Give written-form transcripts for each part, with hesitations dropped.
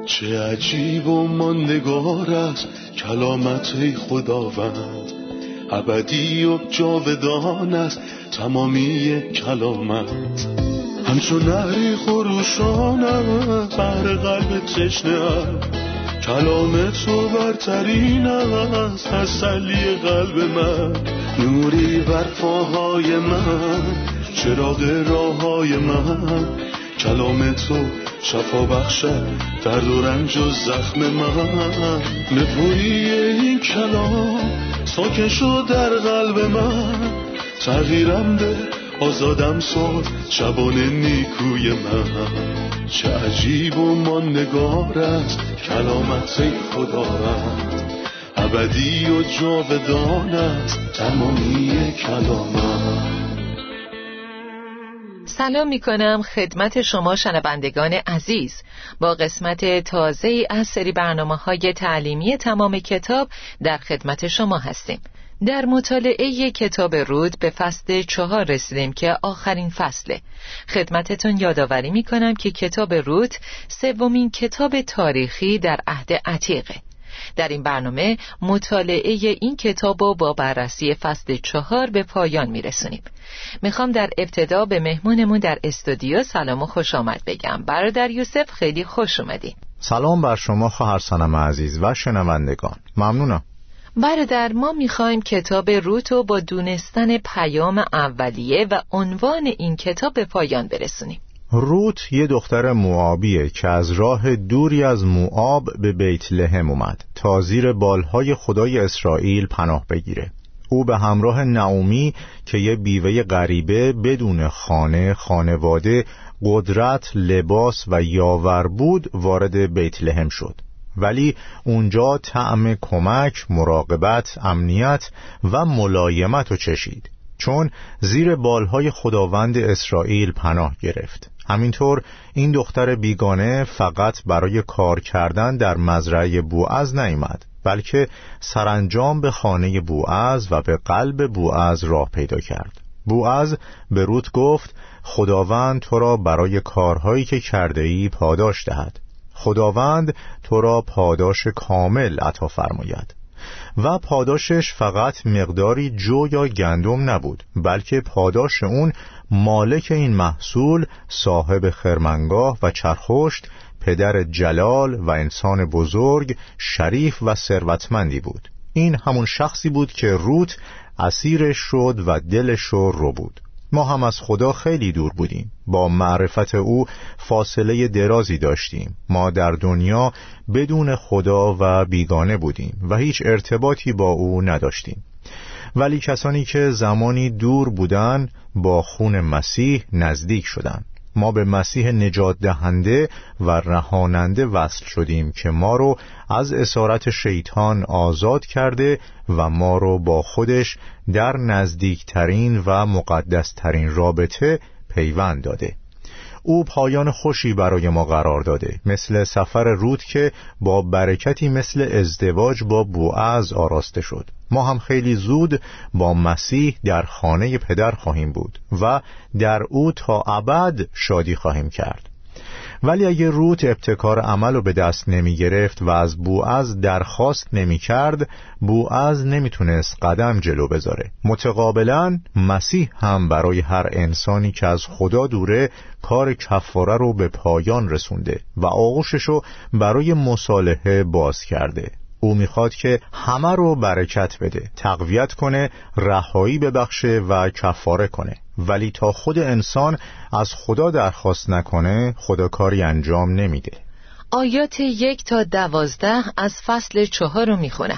چه عجیب و ماندگار است کلامت ای خداوند، ابدی و جاودان است تمامی کلامت. همچون نهری خروشانم بر قلب تشنه‌ام، کلام تو برترین است تسلی قلب من. نوری بر پاهای من، چراغ راههای من، کلام تو شفا بخشد درد و رنج و زخم من. نپویی این کلام ساکن شد در قلب من، تغییرم ده آزادم ساز شبان نیکوی من. چه عجیب و ماندگار است کلامت ای خداوند، ابدی و جاودان است تمامی کلامت. سلام می کنم خدمت شما شنوندگان عزیز. با قسمت تازه‌ای از سری برنامه‌های تعلیمی تمام کتاب در خدمت شما هستیم. در مطالعه کتاب رود به فصل 4 رسیدیم که آخرین فصله. خدمتتون یادآوری می کنم که کتاب رود سومین کتاب تاریخی در عهد عتیقه. در این برنامه مطالعه این کتاب رو با بررسی فصل 4 به پایان می رسونیم. میخوام در ابتدا به مهمونمون در استودیو سلام و خوش آمد بگم. برادر یوسف خیلی خوش اومدی. سلام بر شما خواهر سنم عزیز و شنوندگان، ممنونم. برادر، ما میخوایم کتاب رود رو با دونستن پیام اولیه و عنوان این کتاب به پایان برسونیم. رود یه دختر موآبیه که از راه دوری از موآب به بیت لحم اومد تا زیر بالهای خدای اسرائیل پناه بگیره. او به همراه نعومی که یه بیوه غریبه بدون خانواده، قدرت، لباس و یاور بود وارد بیت لحم شد. ولی اونجا طعم کمک، مراقبت، امنیت و ملایمت رو چشید، چون زیر بالهای خداوند اسرائیل پناه گرفت. همینطور این دختر بیگانه فقط برای کار کردن در مزرعه بوعز نیامد، بلکه سرانجام به خانه بوعز و به قلب بوعز راه پیدا کرد. بوعز به رود گفت خداوند تو را برای کارهایی که کرده‌ای پاداش دهد. خداوند تو را پاداش کامل عطا فرماید. و پاداشش فقط مقداری جو یا گندم نبود، بلکه پاداش اون مالک این محصول، صاحب خرمنگاه و چرخشت، پدر جلال و انسان بزرگ، شریف و ثروتمندی بود. این همون شخصی بود که رود اسیرش شد و دلش رو بود. ما هم از خدا خیلی دور بودیم، با معرفت او فاصله درازی داشتیم. ما در دنیا بدون خدا و بیگانه بودیم و هیچ ارتباطی با او نداشتیم. ولی کسانی که زمانی دور بودن با خون مسیح نزدیک شدند. ما به مسیح نجات دهنده و رهاننده وصل شدیم که ما رو از اسارت شیطان آزاد کرده و ما رو با خودش در نزدیکترین و مقدسترین رابطه پیوند داده. او پایان خوشی برای ما قرار داده، مثل سفر رود که با برکتی مثل ازدواج با بوعز آراسته شد. ما هم خیلی زود با مسیح در خانه پدر خواهیم بود و در او تا ابد شادی خواهیم کرد. ولی اگه روت ابتکار عمل رو به دست نمی گرفت و از بوعز درخواست نمی کرد، بوعز نمی تونست قدم جلو بذاره. متقابلا مسیح هم برای هر انسانی که از خدا دوره کار کفاره رو به پایان رسونده و آغوشش رو برای مصالحه باز کرده. او میخواد که همه رو برکت بده، تقویت کنه، رهایی ببخشه و کفاره کنه. ولی تا خود انسان از خدا درخواست نکنه، خدا کاری انجام نمیده. آیات 1 تا 12 از فصل 4 رو میخونم.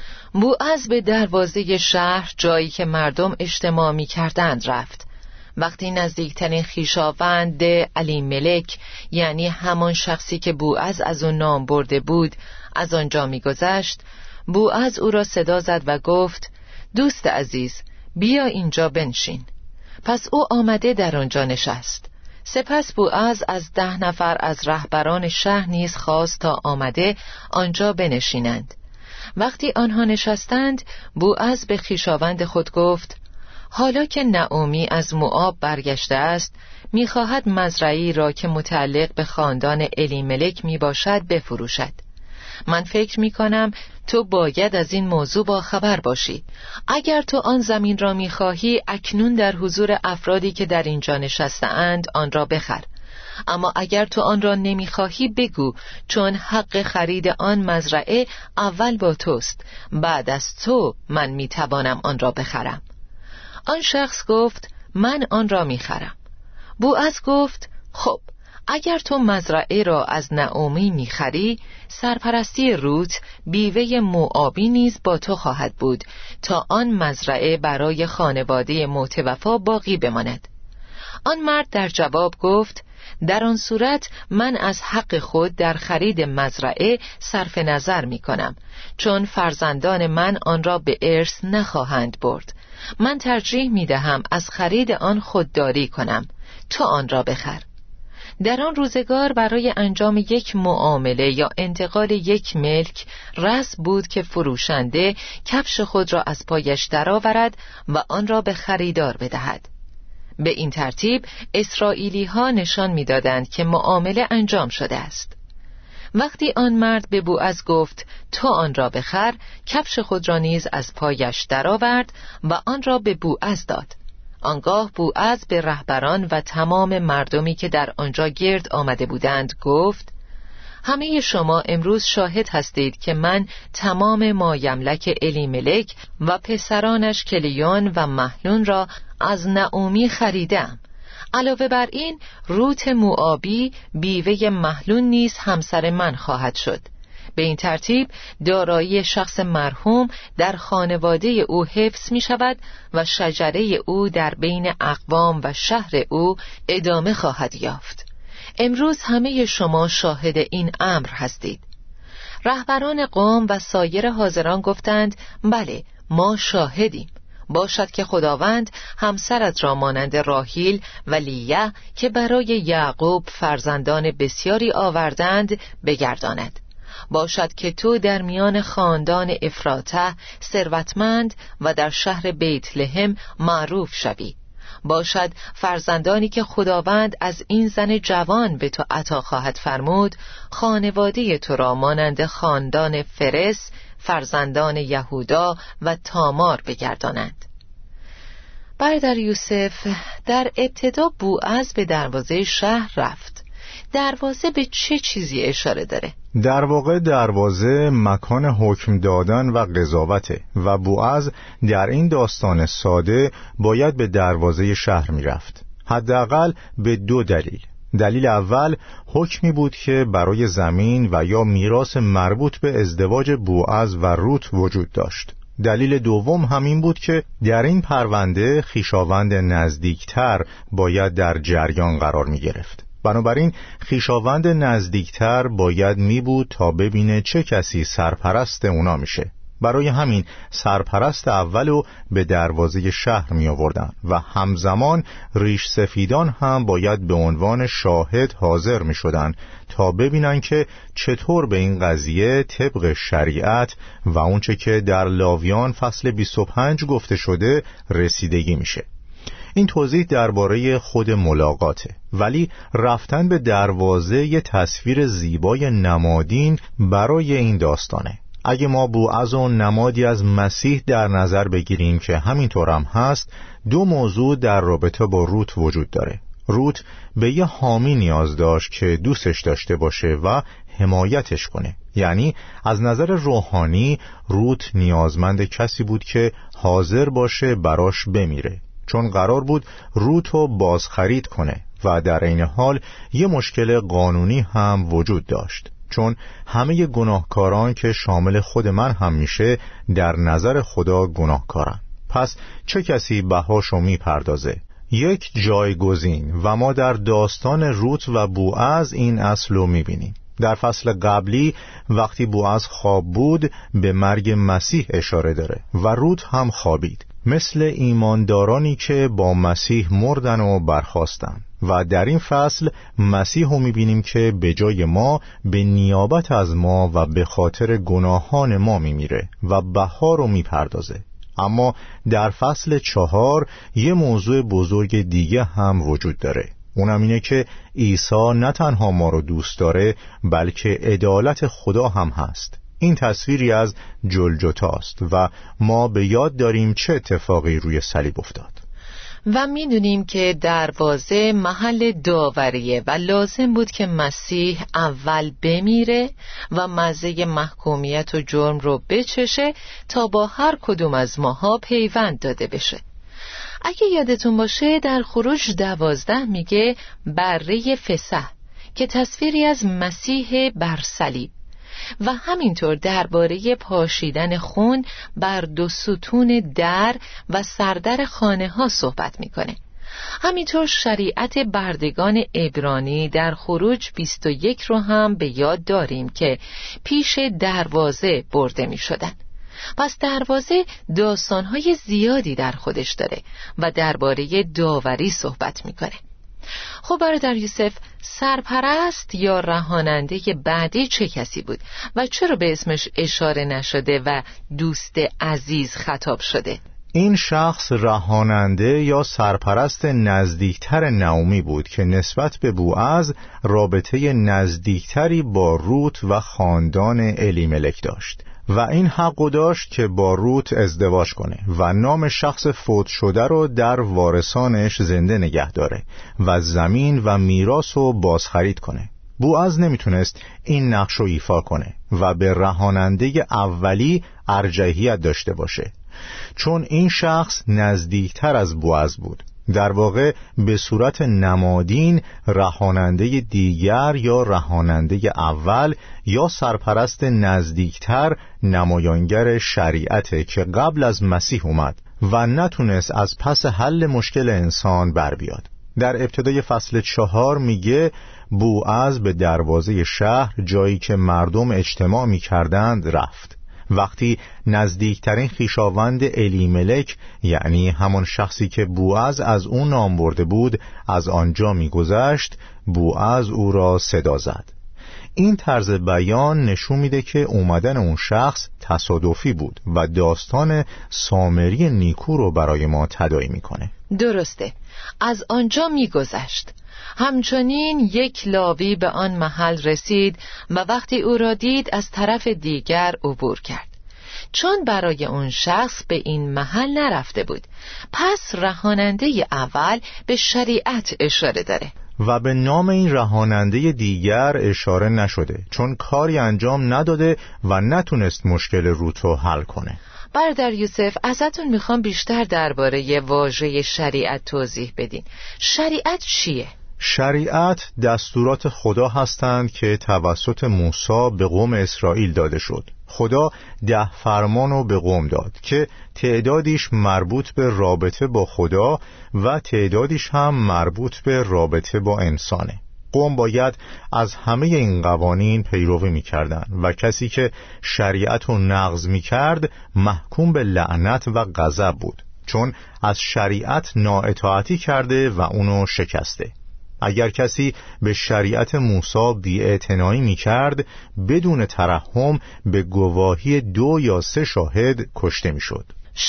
بوعز به دروازه شهر، جایی که مردم اجتماع میکردند، رفت. وقتی نزدیکترین خویشاوند الیملک، یعنی همان شخصی که بوعز از اون نام برده بود، از آنجا میگذشت، بوعز او را صدا زد و گفت: دوست عزیز، بیا اینجا بنشین. پس او آمده در آنجا نشست. سپس بوعز از 10 نفر از رهبران شهر نیز خواست تا آمده آنجا بنشینند. وقتی آنها نشستند، بوعز به خویشاوند خود گفت: حالا که نعومی از موآب برگشته است، می‌خواهد مزرعی را که متعلق به خاندان الیملک میباشد بفروشد. من فکر می‌کنم تو باید از این موضوع با خبر باشی. اگر تو آن زمین را می‌خواهی، اکنون در حضور افرادی که در اینجا نشسته‌اند آن را بخر. اما اگر تو آن را نمی‌خواهی بگو، چون حق خرید آن مزرعه اول با توست. بعد از تو من می‌توانم آن را بخرم. آن شخص گفت من آن را می‌خرم. بوعز گفت خب، اگر تو مزرعه را از نعومی می‌خری، سرپرستی روت بیوه موآبی نیز با تو خواهد بود تا آن مزرعه برای خانواده متوفا باقی بماند. آن مرد در جواب گفت در آن صورت من از حق خود در خرید مزرعه صرف نظر می‌کنم، چون فرزندان من آن را به ارث نخواهند برد. من ترجیح می‌دهم از خرید آن خودداری کنم، تو آن را بخر. در آن روزگار برای انجام یک معامله یا انتقال یک ملک رسم بود که فروشنده کفش خود را از پایش درآورد و آن را به خریدار بدهد. به این ترتیب اسرائیلی ها نشان می‌دادند که معامله انجام شده است. وقتی آن مرد به بوعز گفت تو آن را بخر، کفش خود را نیز از پایش درآورد و آن را به بوعز داد. آنگاه بوعز به رهبران و تمام مردمی که در آنجا گرد آمده بودند گفت همه شما امروز شاهد هستید که من تمام مایملک الیملک و پسرانش کلیون و مهلون را از نعومی خریدم. علاوه بر این روت موآبی بیوه مهلون نیز همسر من خواهد شد. به این ترتیب دارایی شخص مرحوم در خانواده او حفظ می شود و شجره او در بین اقوام و شهر او ادامه خواهد یافت. امروز همه شما شاهد این امر هستید. رهبران قوم و سایر حاضران گفتند بله، ما شاهدیم. باشد که خداوند همسرت را مانند راحیل و لیه که برای یعقوب فرزندان بسیاری آوردند بگرداند. باشد که تو در میان خاندان افراته ثروتمند و در شهر بیت لحم معروف شوی. باشد فرزندانی که خداوند از این زن جوان به تو عطا خواهد فرمود خانواده تو را مانند خاندان فرس فرزندان یهودا و تامار بگردانند. برادر یوسف، در ابتدا بوعز به دروازه شهر رفت. دروازه به چه چیزی اشاره داره؟ در واقع دروازه مکان حکم دادن و قضاوته و بوعز در این داستان ساده باید به دروازه شهر می رفت. حداقل به دو دلیل. دلیل اول حکمی بود که برای زمین و یا میراث مربوط به ازدواج بوعز و روت وجود داشت. دلیل دوم همین بود که در این پرونده خویشاوند نزدیکتر باید در جریان قرار می گرفت. بنابراین خویشاوند نزدیکتر باید می بود تا ببینه چه کسی سرپرست اونا میشه. برای همین سرپرست اولو به دروازه شهر می آوردن و همزمان ریش سفیدان هم باید به عنوان شاهد حاضر می شدن تا ببینن که چطور به این قضیه طبق شریعت و اونچه که در لاویان فصل 25 گفته شده رسیدگی میشه. این توضیح درباره خود ملاقاته، ولی رفتن به دروازه یه تصویر زیبای نمادین برای این داستانه. اگه ما بوعز و نمادی از مسیح در نظر بگیریم که همینطور هم هست، دو موضوع در رابطه با روت وجود داره. روت به یه حامی نیاز داشت که دوستش داشته باشه و حمایتش کنه. یعنی از نظر روحانی روت نیازمند کسی بود که حاضر باشه براش بمیره، چون قرار بود روتو بازخرید کنه و در این حال یه مشکل قانونی هم وجود داشت، چون همه گناهکاران که شامل خود من هم میشه در نظر خدا گناهکارن. پس چه کسی بهاشو میپردازه؟ یک جایگزین. و ما در داستان روت و بوعز این اصلو میبینیم. در فصل قبلی وقتی بوعز خواب بود به مرگ مسیح اشاره داره و روت هم خوابید، مثل ایماندارانی که با مسیح مردن و برخاستن. و در این فصل مسیح رو میبینیم که به جای ما به نیابت از ما و به خاطر گناهان ما میمیره و بها رو میپردازه. اما در فصل 4 یه موضوع بزرگ دیگه هم وجود داره. اونم اینه که عیسی نه تنها ما رو دوست داره بلکه عدالت خدا هم هست. این تصویری از جلجتاست و ما به یاد داریم چه اتفاقی روی صلیب افتاد و میدونیم که دروازه محل داوریه و لازم بود که مسیح اول بمیره و مزه محکومیت و جرم رو بچشه تا با هر کدوم از ماها پیوند داده بشه. اگه یادتون باشه در خروج 12 میگه بره فسح که تصویری از مسیح بر صلیب و همینطور درباره پاشیدن خون بر 2 ستون در و سردر خانه ها صحبت میکنه. همینطور شریعت بردگان عبرانی در خروج 21 رو هم به یاد داریم که پیش دروازه برده میشدن. پس دروازه داستانهای زیادی در خودش داره و درباره داوری صحبت میکنه. خب برادر یوسف، سرپرست یا رهاننده بعدی چه کسی بود و چرا به اسمش اشاره نشده و دوست عزیز خطاب شده؟ این شخص رهاننده یا سرپرست نزدیکتر نعومی بود که نسبت به بوعز رابطه نزدیکتری با روت و خاندان الیملک داشت و این حقو داشت که با روت ازدواج کنه و نام شخص فوت شده رو در وارثانش زنده نگه داره و زمین و میراث رو بازخرید کنه. بوعز نمیتونست این نقش رو ایفا کنه و به رهاننده اولی ارجحیت داشته باشه، چون این شخص نزدیکتر از بوعز بود. در واقع به صورت نمادین رهاننده دیگر یا رهاننده اول یا سرپرست نزدیکتر نمایانگر شریعته که قبل از مسیح اومد و نتونست از پس حل مشکل انسان بر بیاد. در ابتدای فصل 4 میگه بوعز به دروازه شهر، جایی که مردم اجتماع میکردند، رفت. وقتی نزدیکترین خویشاوند الیملک، یعنی همان شخصی که بوعز از اون نام برده بود، از آنجا میگذشت، بوعز او را صدا زد. این طرز بیان نشون میده که اومدن اون شخص تصادفی بود و داستان سامری نیکو رو برای ما تداعی میکنه. درسته، از آنجا میگذشت. همچنین یک لاوی به آن محل رسید و وقتی او را دید از طرف دیگر عبور کرد، چون برای اون شخص به این محل نرفته بود. پس رهاننده اول به شریعت اشاره داره و به نام این رهاننده دیگر اشاره نشده، چون کاری انجام نداده و نتونست مشکل روت رو حل کنه. برادر یوسف، ازتون میخوام بیشتر درباره واژه شریعت توضیح بدین. شریعت چیه؟ شریعت دستورات خدا هستند که توسط موسی به قوم اسرائیل داده شد. خدا 10 فرمانو به قوم داد که تعدادیش مربوط به رابطه با خدا و تعدادیش هم مربوط به رابطه با انسانه. قوم باید از همه این قوانین پیروی می‌کردند و کسی که شریعت رو نقض می‌کرد محکوم به لعنت و غضب بود، چون از شریعت نااطاعتی کرده و اونو شکسته. اگر کسی به شریعت موسی بی‌اعتنایی می‌کرد، بدون ترحم به گواهی 2 یا 3 شاهد کشته می‌شد.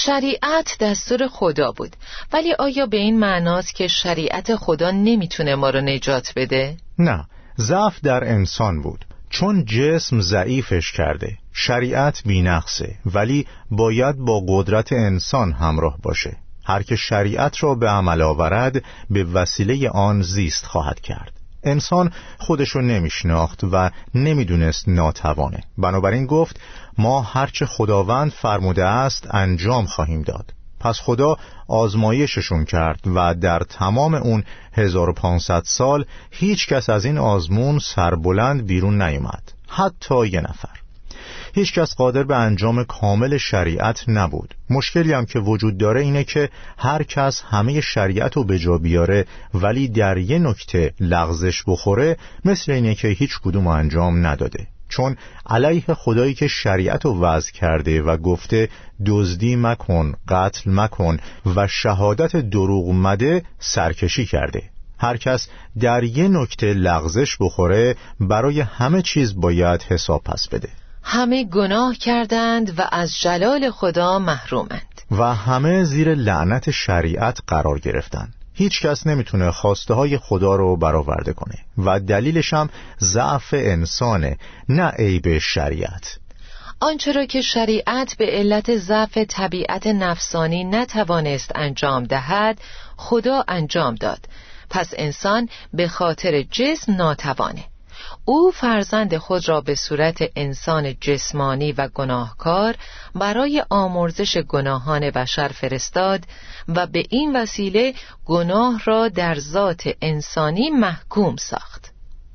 شریعت دستور خدا بود، ولی آیا به این معناست که شریعت خدا نمیتونه ما رو نجات بده؟ نه، ضعف در انسان بود، چون جسم ضعیفش کرده. شریعت بی‌نقصه، ولی باید با قدرت انسان همراه باشه. هر که شریعت را به عمل آورد به وسیله آن زیست خواهد کرد. انسان خودشو نمیشناخت و نمیدونست ناتوانه، بنابراین گفت ما هرچه خداوند فرموده است انجام خواهیم داد. پس خدا آزمایششون کرد و در تمام اون 1500 سال هیچ کس از این آزمون سربلند بیرون نیومد، حتی یه نفر. هیچ کس قادر به انجام کامل شریعت نبود. مشکلی هم که وجود داره اینه که هر کس همه شریعت رو به جا بیاره ولی در یه نکته لغزش بخوره، مثل اینه که هیچ کدوم انجام نداده، چون علیه خدایی که شریعت رو وضع کرده و گفته دزدی مکن، قتل مکن و شهادت دروغ مده سرکشی کرده. هر کس در یه نکته لغزش بخوره برای همه چیز باید حساب پس بده. همه گناه کردند و از جلال خدا محرومند. و همه زیر لعنت شریعت قرار گرفتن. هیچ کس نمیتونه خواسته های خدا رو برآورده کنه و دلیلش هم ضعف انسانه، نه عیب شریعت. آنچه را که شریعت به علت ضعف طبیعت نفسانی نتوانست انجام دهد، خدا انجام داد. پس انسان به خاطر جسم ناتوانه. او فرزند خود را به صورت انسان جسمانی و گناهکار برای آمرزش گناهان بشر فرستاد و به این وسیله گناه را در ذات انسانی محکوم ساخت.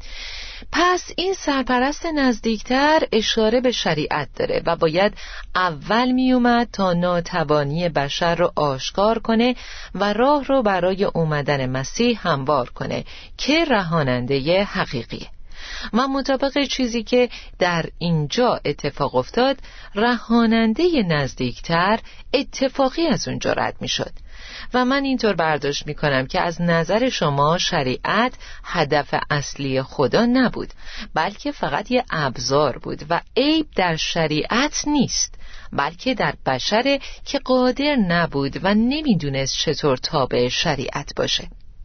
پس این سرپرست نزدیکتر اشاره به شریعت داره و باید اول می اومد تا ناتوانی بشر رو آشکار کنه و راه رو برای اومدن مسیح هموار کنه که رهاننده حقیقیه. و مطابق چیزی که در اینجا اتفاق افتاد، رهاننده نزدیکتر اتفاقی از اونجا رد می شد. و من اینطور برداشت می کنم که از نظر شما شریعت هدف اصلی خدا نبود، بلکه فقط یه ابزار بود و عیب در شریعت نیست، بلکه در بشره که قادر نبود و نمیدونست چطور تابع شریعت باشه.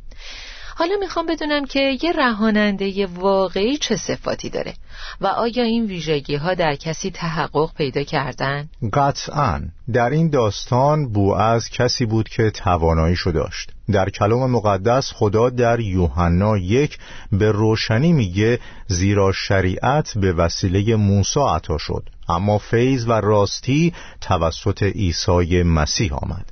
حالا میخوام بدونم که یه رهاننده واقعی چه صفاتی داره و آیا این ویژگی ها در کسی تحقق پیدا کردن؟ قطعاً. در این داستان بوعز کسی بود که تواناییشو داشت. در کلام مقدس خدا در یوحنا 1 به روشنی میگه زیرا شریعت به وسیله موسی عطا شد، اما فیض و راستی توسط عیسی مسیح آمد.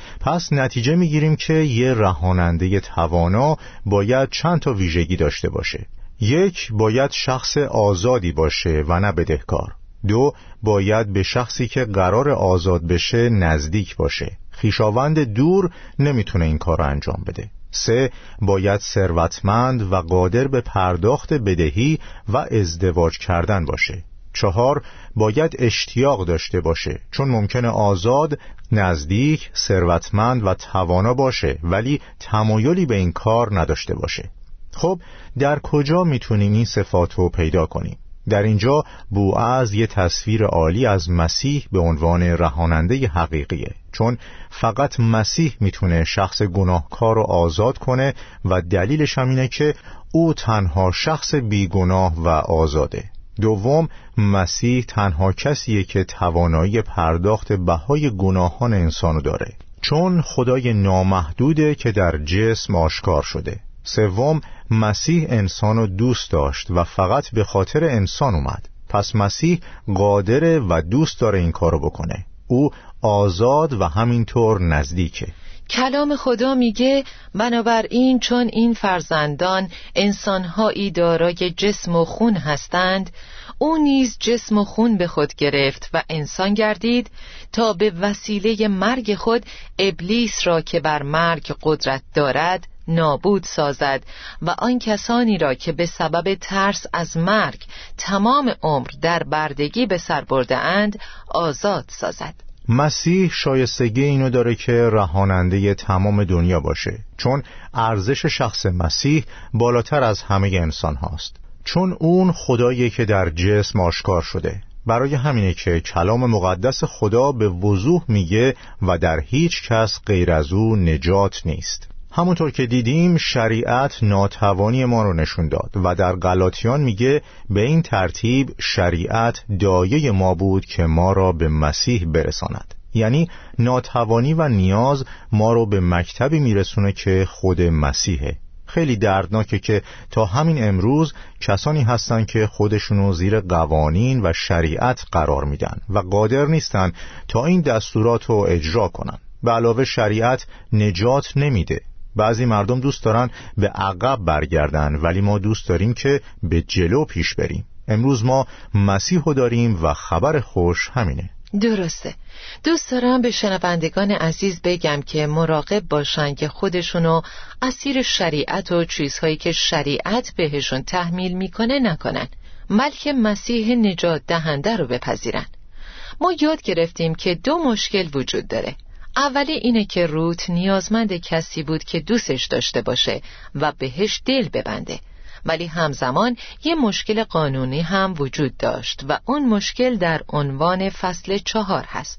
پس نتیجه میگیریم که یه رهاننده توانا باید چند تا ویژگی داشته باشه. 1. باید شخص آزادی باشه و نه بدهکار. 2. باید به شخصی که قرار آزاد بشه نزدیک باشه. خویشاوند دور نمیتونه این کار رو انجام بده. 3. باید ثروتمند و قادر به پرداخت بدهی و ازدواج کردن باشه. 4. باید اشتیاق داشته باشه، چون ممکنه آزاد، نزدیک، ثروتمند و توانا باشه ولی تمایلی به این کار نداشته باشه. خب در کجا میتونیم این صفات رو پیدا کنیم؟ در اینجا بوعز یه تصویر عالی از مسیح به عنوان رهاننده حقیقیه، چون فقط مسیح میتونه شخص گناهکار رو آزاد کنه و دلیلش هم اینه که او تنها شخص بیگناه و آزاده. 2. مسیح تنها کسیه که توانایی پرداخت بهای گناهان انسانو داره، چون خدای نامحدوده که در جسم آشکار شده. 3. مسیح انسانو دوست داشت و فقط به خاطر انسان اومد. پس مسیح قادره و دوست داره این کارو بکنه. او آزاد و همینطور نزدیکه. کلام خدا میگه بنابراین چون این فرزندان انسانهایی دارای جسم و خون هستند، او نیز جسم و خون به خود گرفت و انسان گردید تا به وسیله مرگ خود ابلیس را که بر مرگ قدرت دارد نابود سازد و آن کسانی را که به سبب ترس از مرگ تمام عمر در بردگی به سر برده اند آزاد سازد. مسیح شایستگی اینو داره که رهاننده تمام دنیا باشه، چون ارزش شخص مسیح بالاتر از همه انسان هاست، چون اون خداییه که در جسم آشکار شده. برای همینه که کلام مقدس خدا به وضوح میگه و در هیچ کس غیر از او نجات نیست. همونطور که دیدیم شریعت ناتوانی ما رو نشون داد و در غلاطیان میگه به این ترتیب شریعت دایه ما بود که ما را به مسیح برساند. یعنی ناتوانی و نیاز ما رو به مکتبی میرسونه که خود مسیحه. خیلی دردناکه که تا همین امروز کسانی هستن که خودشونو زیر قوانین و شریعت قرار میدن و قادر نیستن تا این دستورات رو اجرا کنن. به علاوه شریعت نجات نمیده. بعضی مردم دوست دارن به عقب برگردن، ولی ما دوست داریم که به جلو پیش بریم. امروز ما مسیحو داریم و خبر خوش همینه. درسته. دوست دارم به شنوندگان عزیز بگم که مراقب باشن که خودشونو اسیر شریعت و چیزهایی که شریعت بهشون تحمیل میکنه نکنن، بلکه مسیح نجات دهنده رو بپذیرن. ما یاد گرفتیم که 2 مشکل وجود داره. اولی اینه که روت نیازمند کسی بود که دوستش داشته باشه و بهش دل ببنده، ولی همزمان یه مشکل قانونی هم وجود داشت و اون مشکل در عنوان فصل 4 هست.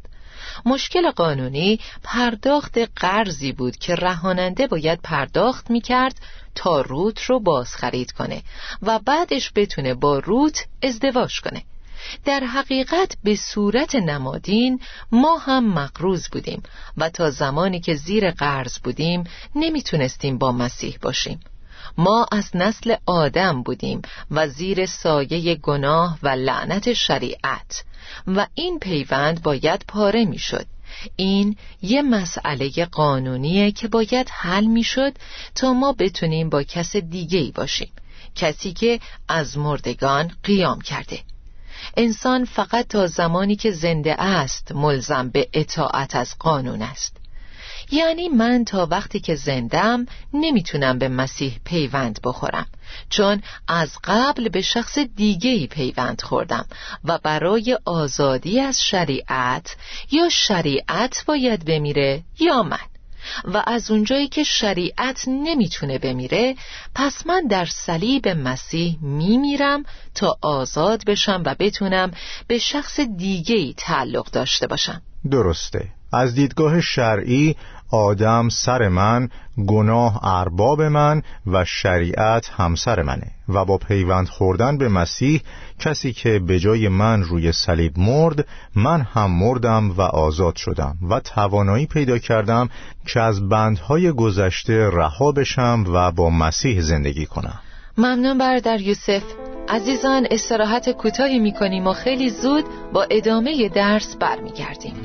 مشکل قانونی پرداخت قرضی بود که رهاننده باید پرداخت می‌کرد تا روت رو بازخرید کنه و بعدش بتونه با روت ازدواج کنه. در حقیقت به صورت نمادین ما هم مقروض بودیم و تا زمانی که زیر قرض بودیم نمیتونستیم با مسیح باشیم. ما از نسل آدم بودیم و زیر سایه گناه و لعنت شریعت و این پیوند باید پاره میشد. این یه مسئله قانونیه که باید حل میشد تا ما بتونیم با کس دیگه‌ای باشیم، کسی که از مردگان قیام کرده. انسان فقط تا زمانی که زنده است ملزم به اطاعت از قانون است. یعنی من تا وقتی که زندم نمیتونم به مسیح پیوند بخورم، چون از قبل به شخص دیگه‌ای پیوند خوردم و برای آزادی از شریعت یا شریعت باید بمیره یا من. و از اونجایی که شریعت نمیتونه بمیره، پس من در صلیب مسیح میمیرم تا آزاد بشم و بتونم به شخص دیگه‌ای تعلق داشته باشم. درسته. از دیدگاه شرعی آدم سر من، گناه ارباب من و شریعت همسر منه و با پیوند خوردن به مسیح، کسی که به جای من روی صلیب مرد، من هم مردم و آزاد شدم و توانایی پیدا کردم که از بندهای گذشته رها بشم و با مسیح زندگی کنم. ممنون برادر یوسف. عزیزان، استراحت کوتاهی می‌کنیم و خیلی زود با ادامه درس برمیگردیم.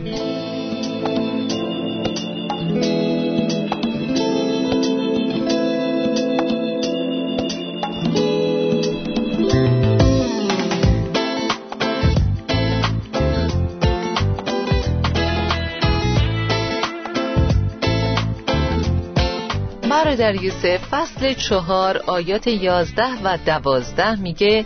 برادر یوسف فصل 4 آیات 11 و 12 میگه: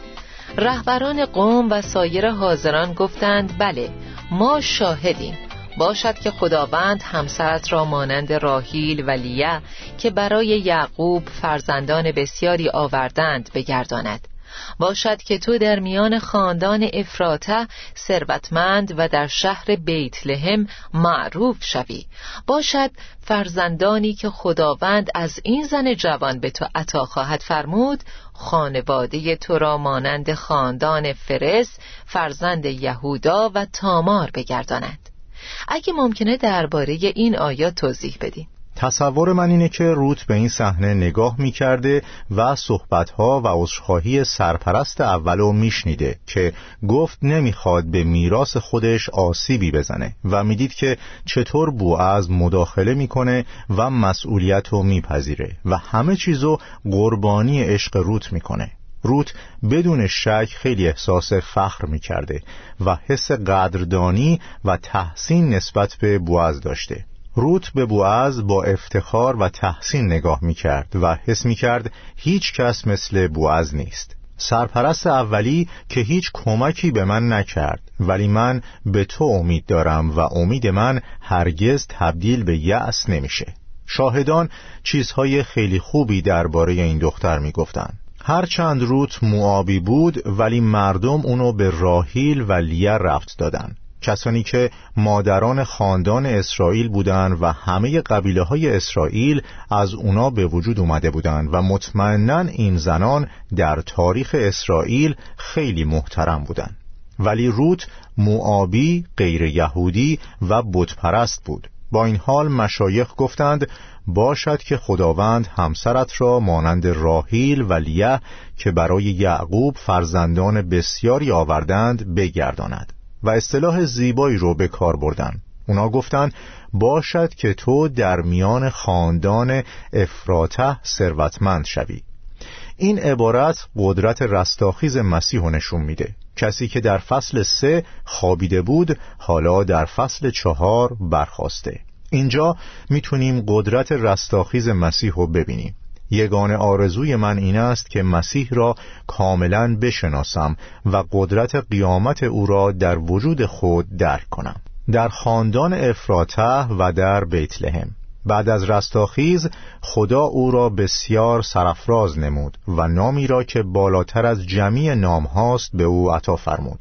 رهبران قوم و سایر حاضران گفتند بله، ما شاهدیم. باشد که خداوند همسرت را مانند راحیل و لیا که برای یعقوب فرزندان بسیاری آوردند بگرداند. باشد که تو در میان خاندان افراته ثروتمند و در شهر بیت لحم معروف شوی. باشد فرزندانی که خداوند از این زن جوان به تو عطا خواهد فرمود خانواده تو را مانند خاندان فرز فرزند یهودا و تامار بگردانند. اگه ممکنه درباره این آیات توضیح بدیم. تصور من اینه که روت به این صحنه نگاه می‌کرده و صحبت‌ها و عذرخواهی سرپرست اولو میشنیده که گفت نمیخواد به میراث خودش آسیبی بزنه و میدید که چطور بوعز مداخله میکنه و مسئولیتو میپذیره و همه چیزو قربانی عشق روت میکنه. روت بدون شک خیلی احساس فخر میکرده و حس قدردانی و تحسین نسبت به بوعز داشته. روت به بوعز با افتخار و تحسین نگاه میکرد و حس میکرد هیچ کس مثل بوعز نیست. سرپرست اولی که هیچ کمکی به من نکرد، ولی من به تو امید دارم و امید من هرگز تبدیل به یأس نمیشه. شاهدان چیزهای خیلی خوبی درباره این دختر میگفتن. هرچند روت موآبی بود، ولی مردم اونو به راحیل و لیا ربط دادن، کسانی که مادران خاندان اسرائیل بودند و همه قبیله های اسرائیل از اونا به وجود اومده بودند و مطمئناً این زنان در تاریخ اسرائیل خیلی محترم بودند. ولی روت موآبی، غیر یهودی و بتپرست بود. با این حال مشایخ گفتند باشد که خداوند همسرت را مانند راحیل و لیا که برای یعقوب فرزندان بسیاری آوردند بگرداند و اصطلاح زیبایی رو به کار بردن. اونا گفتن باشد که تو در میان خاندان افراته ثروتمند شوی. این عبارت قدرت رستاخیز مسیح نشون میده. کسی که در فصل 3 خوابیده بود حالا در فصل 4 برخاسته. اینجا میتونیم قدرت رستاخیز مسیح رو ببینیم. یگانه آرزوی من این است که مسیح را کاملا بشناسم و قدرت قیامت او را در وجود خود درک کنم. در خاندان افراته و در بیت لحم بعد از رستاخیز خدا او را بسیار سرافراز نمود و نامی را که بالاتر از جمیع نام هاست به او عطا فرمود.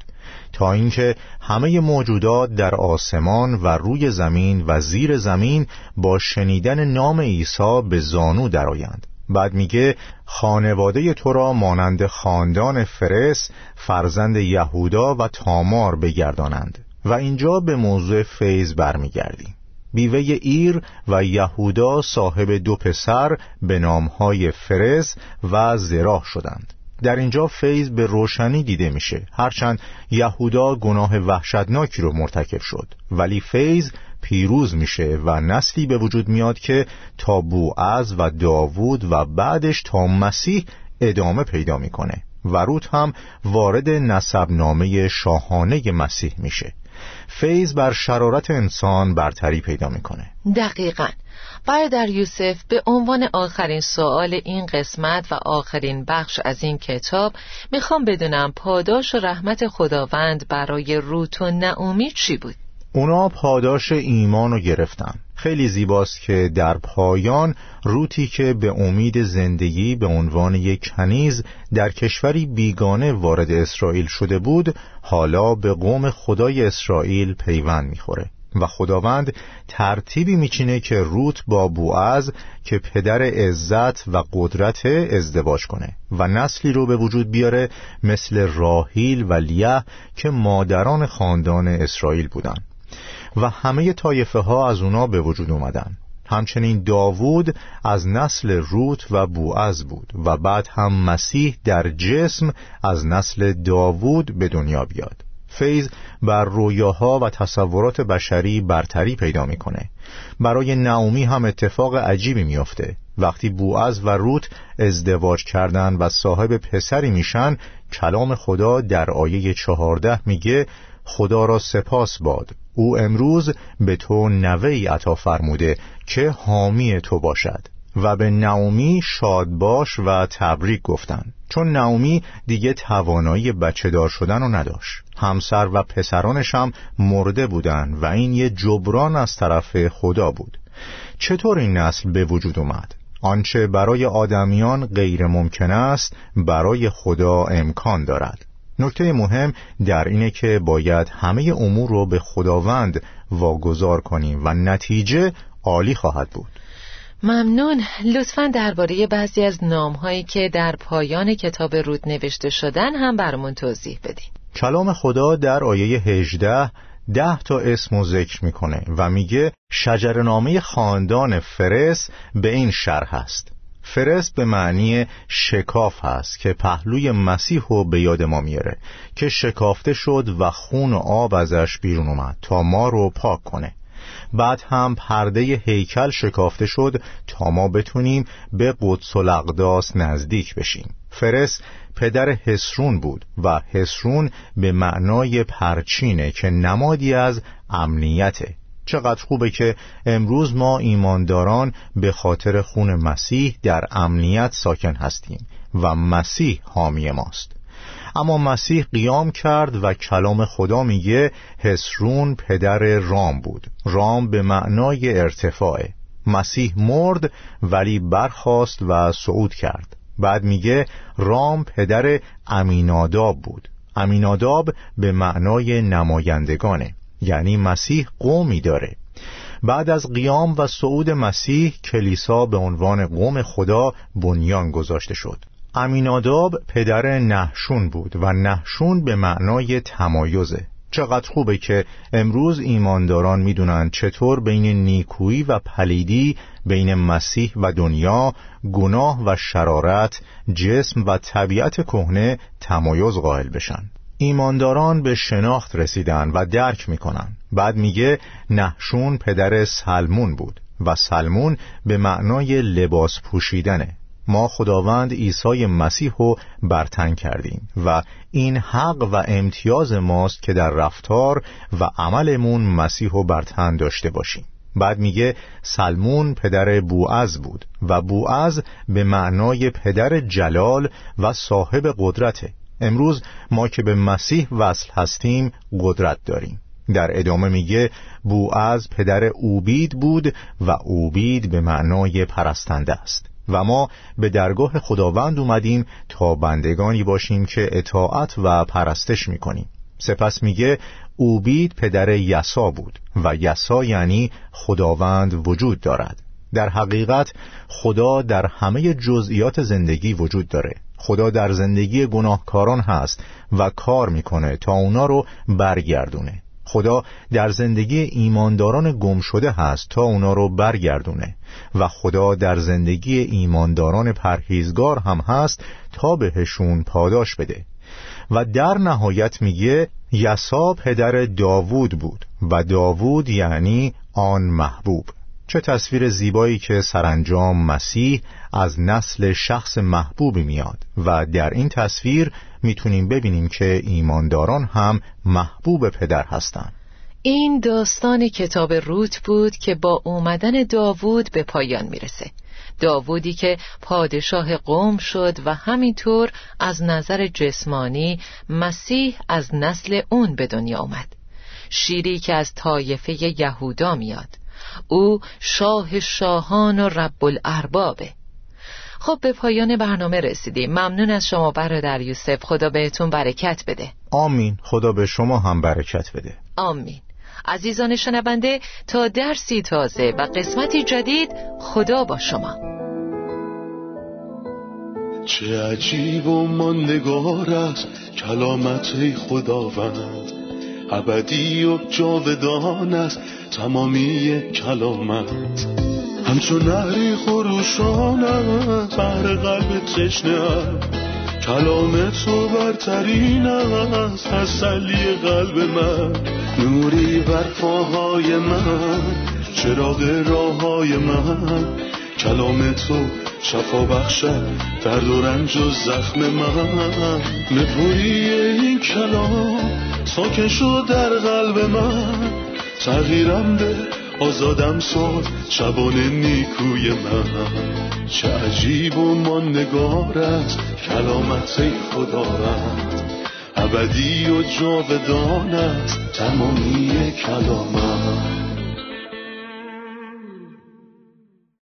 تا اینکه همه موجودات در آسمان و روی زمین و زیر زمین با شنیدن نام عیسی به زانو درآیند. بعد میگه خانواده تو را مانند خاندان فرس فرزند یهودا و تامار بگردانند. و اینجا به موضوع فیض برمیگردیم. بیوه ایر و یهودا صاحب 2 پسر به نامهای فرز و زراح شدند. در اینجا فیض به روشنی دیده میشه، هرچند یهودا گناه وحشتناکی رو مرتکب شد، ولی فیض پیروز میشه و نسلی به وجود میاد که تا بوعز و داوود و بعدش تا مسیح ادامه پیدا میکنه و رود هم وارد نسبنامه شاهانه مسیح میشه. فیض بر شرارت انسان برتری پیدا میکنه. دقیقاً. برادر یوسف، به عنوان آخرین سوال این قسمت و آخرین بخش از این کتاب میخوام بدونم پاداش و رحمت خداوند برای روت و نعومی چی بود؟ اونا پاداش ایمان رو گرفتن. خیلی زیباست که در پایان روتی که به امید زندگی به عنوان یک کنیز در کشوری بیگانه وارد اسرائیل شده بود، حالا به قوم خدای اسرائیل پیوند میخوره و خداوند ترتیبی میچینه که روت با بوعز که پدر عزت و قدرت ازدواج کنه و نسلی رو به وجود بیاره مثل راحیل و لیه که مادران خاندان اسرائیل بودن و همه طایفه ها از اونا به وجود اومدن. همچنین داوود از نسل روت و بوعز بود و بعد هم مسیح در جسم از نسل داوود به دنیا بیاد. فیض بر رویاها و تصورات بشری برتری پیدا میکنه. برای نعومی هم اتفاق عجیبی میفته. وقتی بوعز و روت ازدواج کردن و صاحب پسری میشن، کلام خدا در آیه 14 میگه خدا را سپاس باد، او امروز به تو نوه‌ای عطا فرموده که حامی تو باشد. و به نعومی شاد باش و تبریک گفتن، چون نعومی دیگه توانایی بچه دار شدن رو نداشت. همسر و پسرانش هم مرده بودن و این یه جبران از طرف خدا بود. چطور این نسل به وجود اومد؟ آنچه برای آدمیان غیر ممکن است برای خدا امکان دارد. نکته مهم در اینه که باید همه امور رو به خداوند واگذار کنیم و نتیجه عالی خواهد بود. ممنون. لطفاً درباره بعضی از نام‌هایی که در پایان کتاب رود نوشته شدن هم برامون توضیح بدین. کلام خدا در آیه 18 10 تا اسم و ذکر میکنه و میگه شجره‌نامه خاندان فرس به این شرح است. فرس به معنی شکاف هست که پهلوی مسیح رو به یاد ما میاره که شکافته شد و خون و آب ازش بیرون اومد تا ما رو پاک کنه. بعد هم پرده هیکل شکافته شد تا ما بتونیم به قدس الاقداس نزدیک بشیم. فرس پدر حسرون بود و حسرون به معنای پرچینه که نمادی از امنیته. چقدر خوبه که امروز ما ایمانداران به خاطر خون مسیح در امنیت ساکن هستیم و مسیح حامی ماست. اما مسیح قیام کرد و کلام خدا میگه حسرون پدر رام بود. رام به معنای ارتفاعه. مسیح مرد ولی برخاست و صعود کرد. بعد میگه رام پدر امیناداب بود. امیناداب به معنای نمایندگانه، یعنی مسیح قومی داره. بعد از قیام و صعود مسیح کلیسا به عنوان قوم خدا بنیان گذاشته شد. امیناداب پدر نحشون بود و نحشون به معنای تمایزه. چقدر خوبه که امروز ایمانداران میدونن چطور بین نیکویی و پلیدی، بین مسیح و دنیا، گناه و شرارت، جسم و طبیعت کهنه تمایز قائل بشن. ایمانداران به شناخت رسیدن و درک میکنن. بعد میگه نحشون پدر سلمون بود و سلمون به معنای لباس پوشیدنه. ما خداوند عیسی مسیح رو برتن کردیم و این حق و امتیاز ماست که در رفتار و عملمون مسیح رو برتن داشته باشیم. بعد میگه سلمون پدر بوعز بود و بوعز به معنای پدر جلال و صاحب قدرته. امروز ما که به مسیح وصل هستیم قدرت داریم. در ادامه میگه بوعز پدر اوبید بود و اوبید به معنای پرستنده است و ما به درگاه خداوند اومدیم تا بندگانی باشیم که اطاعت و پرستش میکنیم. سپس میگه اوبید پدر یسا بود و یسا یعنی خداوند وجود دارد. در حقیقت خدا در همه جزئیات زندگی وجود داره. خدا در زندگی گناهکاران هست و کار میکنه تا اونا رو برگردونه. خدا در زندگی ایمانداران گم شده هست تا اونا رو برگردونه و خدا در زندگی ایمانداران پرهیزگار هم هست تا بهشون پاداش بده. و در نهایت میگه یسا پدر داوود بود و داوود یعنی آن محبوب. چه تصویر زیبایی که سرانجام مسیح از نسل شخص محبوبی میاد و در این تصویر میتونیم ببینیم که ایمانداران هم محبوب پدر هستند. این داستان کتاب روت بود که با اومدن داوود به پایان میرسه. داوودی که پادشاه قوم شد و همینطور از نظر جسمانی مسیح از نسل اون به دنیا اومد. شیری که از طایفه یهودا میاد. او شاه شاهان و رب الاربابه. خب به پایان برنامه رسیدیم. ممنون از شما برادر یوسف. خدا بهتون برکت بده. آمین. خدا به شما هم برکت بده. آمین. عزیزان شنونده، تا درسی تازه و قسمتی جدید، خدا با شما. چه عجیب و ماندگار است کلامت خداوند، ابدی و جاودان است تمامی کلامت. همچون نهری خروشان است بر قلب تشنه است، کلام تو برترین است تسلی قلب من. نوری بر پاهای من، چراغ راههای من، کلام تو شفا بخشد درد و رنج و زخم من. نپوری این کلام ساکن شد در قلب من، تغییرم ده آزادم ساز شبان نیکوی من. چه عجیب و ماندگار است کلامت خداوند، ابدی و جاودان است تمامی کلامت.